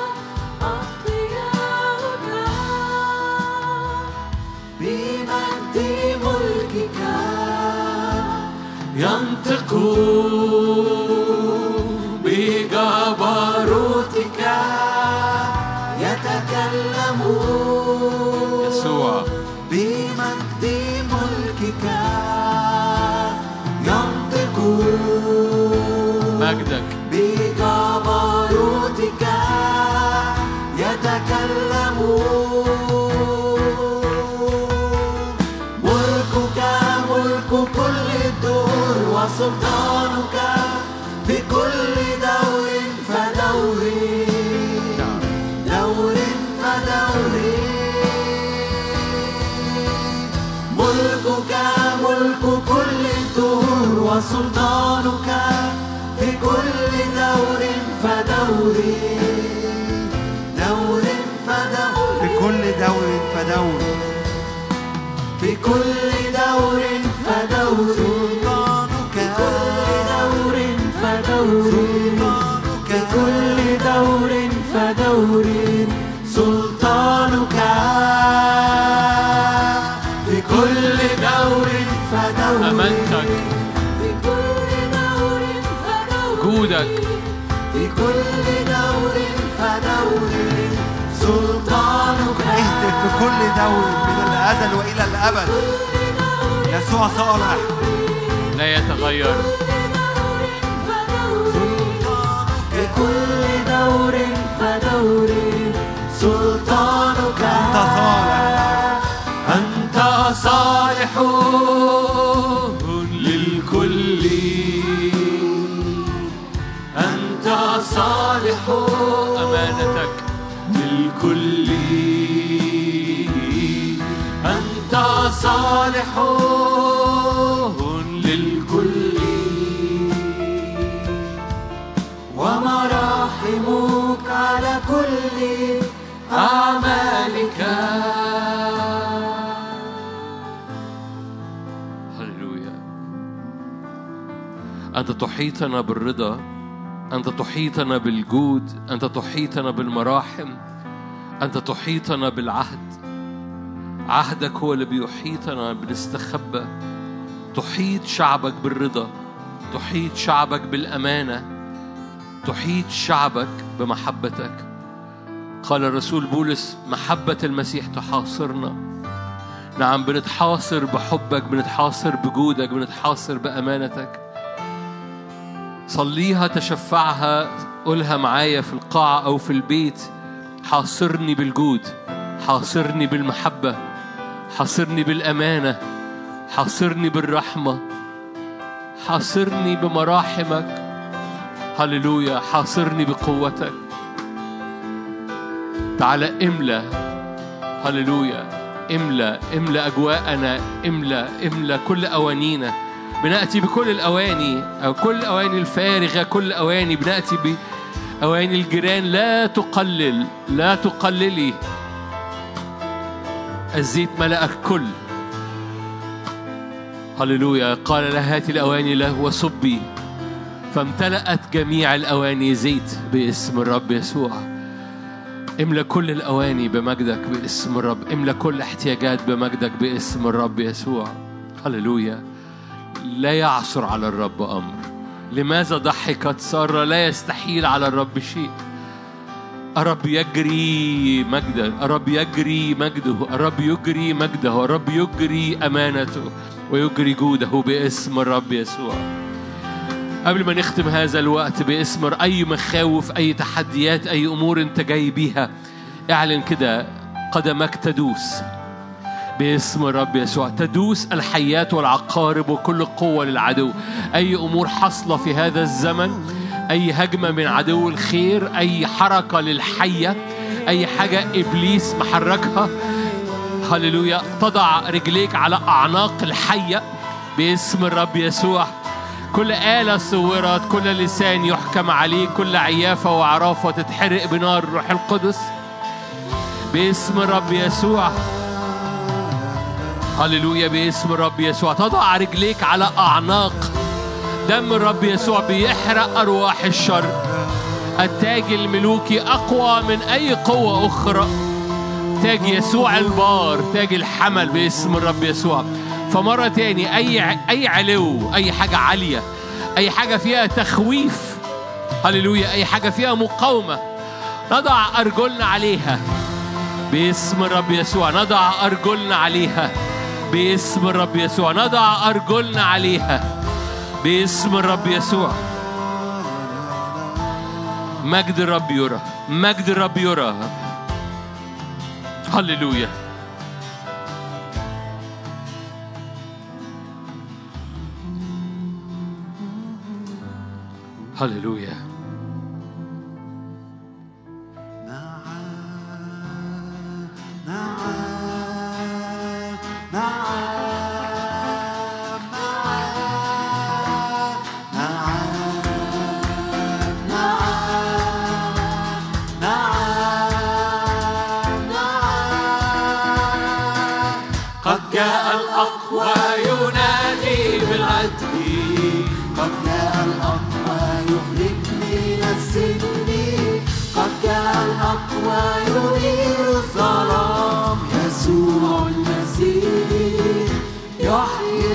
Speaker 2: أتقياؤك. بمجد ملكك ينطق، بجبروتك يتكلم.
Speaker 3: يسوع.
Speaker 2: بمجد ملكك ينطق،
Speaker 3: مجدك.
Speaker 2: بجبروتك يتكلم. ملكك ملك كل الدور، وسلطانك في كل دور فدور، دور فدور. ملكك ملك كل الدور، وسلطانك في كل دور فدور، دور فدور.
Speaker 1: في كل دور فدور،
Speaker 2: في كل دور فدور.
Speaker 1: سلطانك،
Speaker 2: في كل دور فدور. في كل دور فدور. سلطانك في كل دور فدور.
Speaker 3: أمانتك.
Speaker 2: في كل دور فدور.
Speaker 3: جودك.
Speaker 2: في كل دور فدور. سلطانك
Speaker 1: اهتف في كل دور من الأزل وإلى الأبد. يسوع صالح
Speaker 3: لا يتغير.
Speaker 2: في كل دور فدور سلطانك.
Speaker 1: أنت صالح،
Speaker 3: أنت صالح للكل، أنت صالح أمانتك للكل، أنت صالح للكل،
Speaker 2: ومراحمك على كل أعمالك.
Speaker 3: هللويا. أنت تحيطنا بالرضا، أنت تحيطنا بالجود، أنت تحيطنا بالمراحم، أنت تحيطنا بالعهد. عهدك هو اللي بيحيطنا، بنستخبى. تحيط شعبك بالرضا، تحيط شعبك بالأمانة، تحيط شعبك بمحبتك. قال الرسول بولس: محبة المسيح تحاصرنا. نعم، بنتحاصر بحبك، بنتحاصر بجودك، بنتحاصر بأمانتك. صليها، تشفعها، قولها معايا في القاعة أو في البيت. حاصرني بالجود، حاصرني بالمحبة، حاصرني بالأمانة، حاصرني بالرحمة، حاصرني بمراحمك. هللويا. حاصرني بقوتك. تعالى املى. هللويا. املى املى أجواءنا، املى املى كل أوانينا. بنأتي بكل الأواني، أو كل الأواني الفارغة، كل الأواني. بنأتي بأواني الجيران. لا تقلل، لا تقللي. الزيت ملأ الكل. هللويا. قال لها: هاتي الأواني له وصبي، فامتلأت جميع الأواني زيت باسم الرب يسوع. املأ كل الأواني بمجدك باسم الرب. املأ كل احتياجات بمجدك باسم الرب يسوع. هللويا. لا يعثر على الرب أمر. لماذا ضحكت سارة؟ لا يستحيل على الرب شيء. الرب يجري مجده، الرب يجري مجده، الرب يجري مجده، الرب يجري أمانته ويجري جوده باسم الرب يسوع. قبل ما نختم هذا الوقت، باسم أي مخاوف، أي تحديات، أي أمور أنت جاي بيها، اعلن كده: قدمك تدوس باسم الرب يسوع. تدوس الحيات والعقارب وكل قوة للعدو. أي أمور حصلة في هذا الزمن، أي هجمة من عدو الخير، أي حركة للحية، أي حاجة إبليس محركها، هللويا، تضع رجليك على أعناق الحية باسم الرب يسوع. كل آلة صورت، كل لسان يحكم عليه، كل عيافة وعرافة تتحرق بنار الروح القدس باسم الرب يسوع. هللويا. باسم الرب يسوع تضع رجليك على أعناق. دم الرب يسوع بيحرق أرواح الشر. التاج الملوكي أقوى من أي قوة أخرى. تاج يسوع البار، تاج الحمل باسم الرب يسوع. فمرة تاني، أي أي علو، أي حاجة عالية، أي حاجة فيها تخويف، هللويا، أي حاجة فيها مقاومة، نضع أرجلنا عليها باسم الرب يسوع. نضع أرجلنا عليها باسم الرب يسوع. نضع أرجلنا عليها باسم الرب يسوع. مجد الرب يرى، مجد الرب يرى. هللويا. هللويا.
Speaker 2: قد جاء الأقوى ينادي بالعدل، قد جاء الأقوى يخرج من السجن، قد جاء الأقوى ينير الظلام. يسوع المسيح يحيي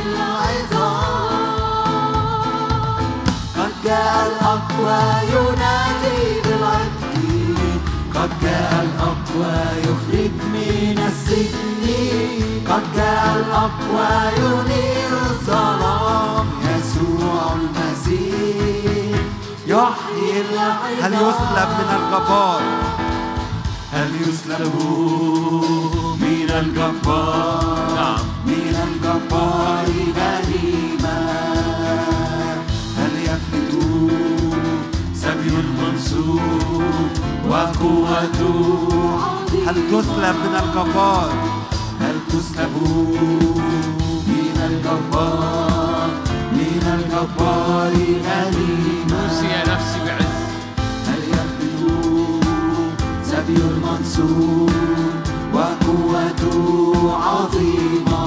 Speaker 2: العظام. قد جاء الأقوى ينادي بالعدل، قد جاء الأقوى يخرج من السجن، قد جاء الأقوى ينير الظلام يسوع المسيح يحيي العظام.
Speaker 1: هل يسلب من الجبار؟
Speaker 2: هل يسلب من الجبار؟
Speaker 3: نعم.
Speaker 2: من الجبار غنيمة. هل يفلت سبي المنصور وقوته؟
Speaker 1: هل تسلب من الجبار؟
Speaker 2: هل تسلب من الجبار؟ من الجبار غنيمة.
Speaker 3: دوسي يا نفسي بعز.
Speaker 2: هل يفلت سبي المنصور وقوته عظيمة.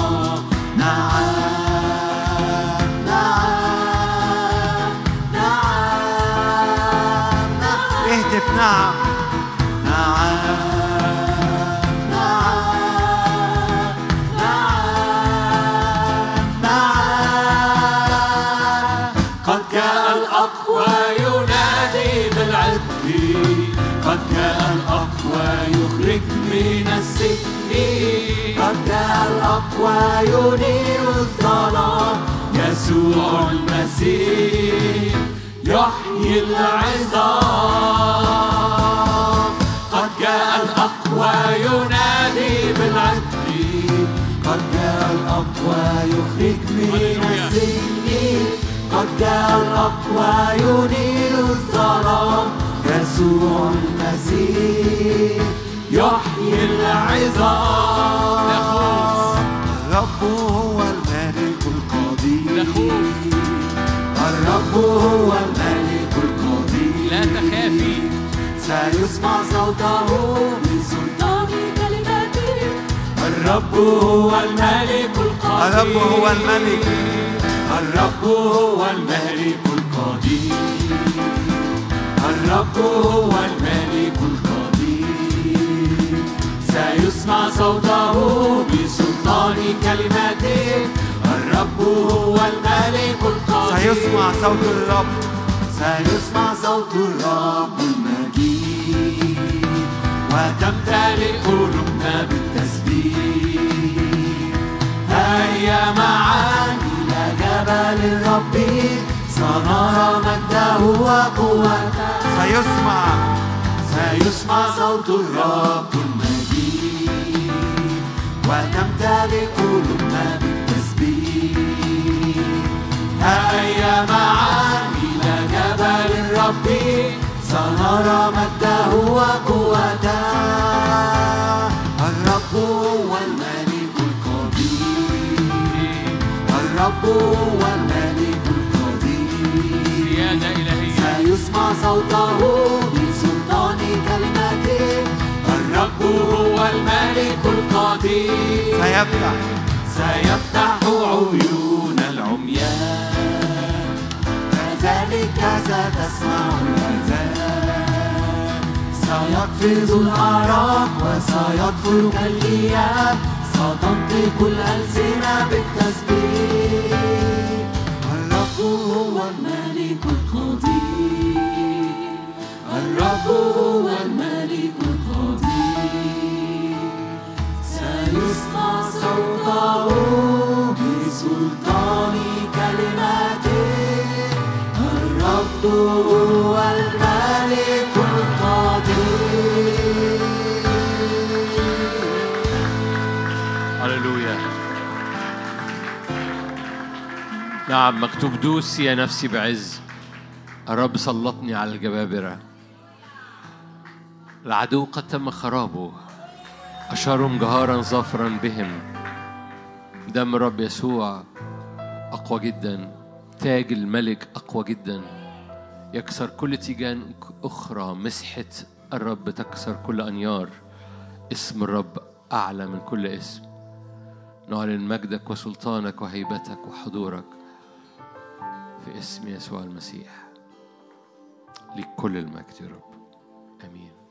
Speaker 2: نعم نعم نعم نعم.
Speaker 1: اهتف نعم.
Speaker 2: نعم نعم نعم نعم. قد جاء الأقوى ينادي بالعدل. قد جاء الأقوى يخرج من السجن. قد جاء الأقوى ينير الظلام يسوع المسيح يحيي العظام. قد جاء الأقوى ينادي بالعدل. قد جاء الأقوى يخرج من السجن. قد جاء الأقوى ينير الظلام يسوع المسيح يحيي العظام.
Speaker 1: الرب هو الملك القدير.
Speaker 2: الرب هو الملك القدير.
Speaker 3: لا تخافي.
Speaker 2: سيسمع صوته بسلطان كلماته. الرب هو الملك القدير.
Speaker 1: الرب هو الملك.
Speaker 2: الرب هو الملك القدير. الرب هو الملك القدير. سيسمع صوته بسلطان كلماته. الرب هو الملك القدير.
Speaker 1: سيسمع صوت الرب.
Speaker 2: سيسمع صوت الرب المجيد وتمتلئ قلوبنا بالتسبيح. هيا معا إلى جبل الرب سنرى مجده وقوته.
Speaker 1: سيسمع
Speaker 2: سيسمع صوت الرب المجيد وتمتلئ قلوبنا بالتسبيح. هيا معا إلى جبل الرب سنرى مجده وقوته. الرب هو الملك القدير. الرب هو الملك القدير.
Speaker 3: زيادة إلهية.
Speaker 2: سيسمع صوته بسلطان كلماته. الرب هو الملك القدير.
Speaker 1: سيفتح
Speaker 2: سيفتح عيون العميان. كذلك ستسمع الأذان. سيقفز الأعراق وسيطفر كالإياب. ستنطق الألسنة بالتسبيح. الرب هو الملك القدير. الرب هو الملك القدير. سيسمع صوته بسلطان كلماته. الرب هو الملك القدير.
Speaker 3: هللويا. نعم، مكتوب دوسي يا نفسي بعز. الرب سلطني على الجبابرة. العدو قد تم خرابه. أشارهم جهارا ظافرا بهم. دم الرب يسوع أقوى جدا. تاج الملك أقوى جدا. يكسر كل تيجان أخرى. مسحة الرب تكسر كل أنيار. اسم الرب أعلى من كل اسم. نعلن مجدك وسلطانك وهيبتك وحضورك في اسم يسوع المسيح. لكل المجد يا رب. آمين.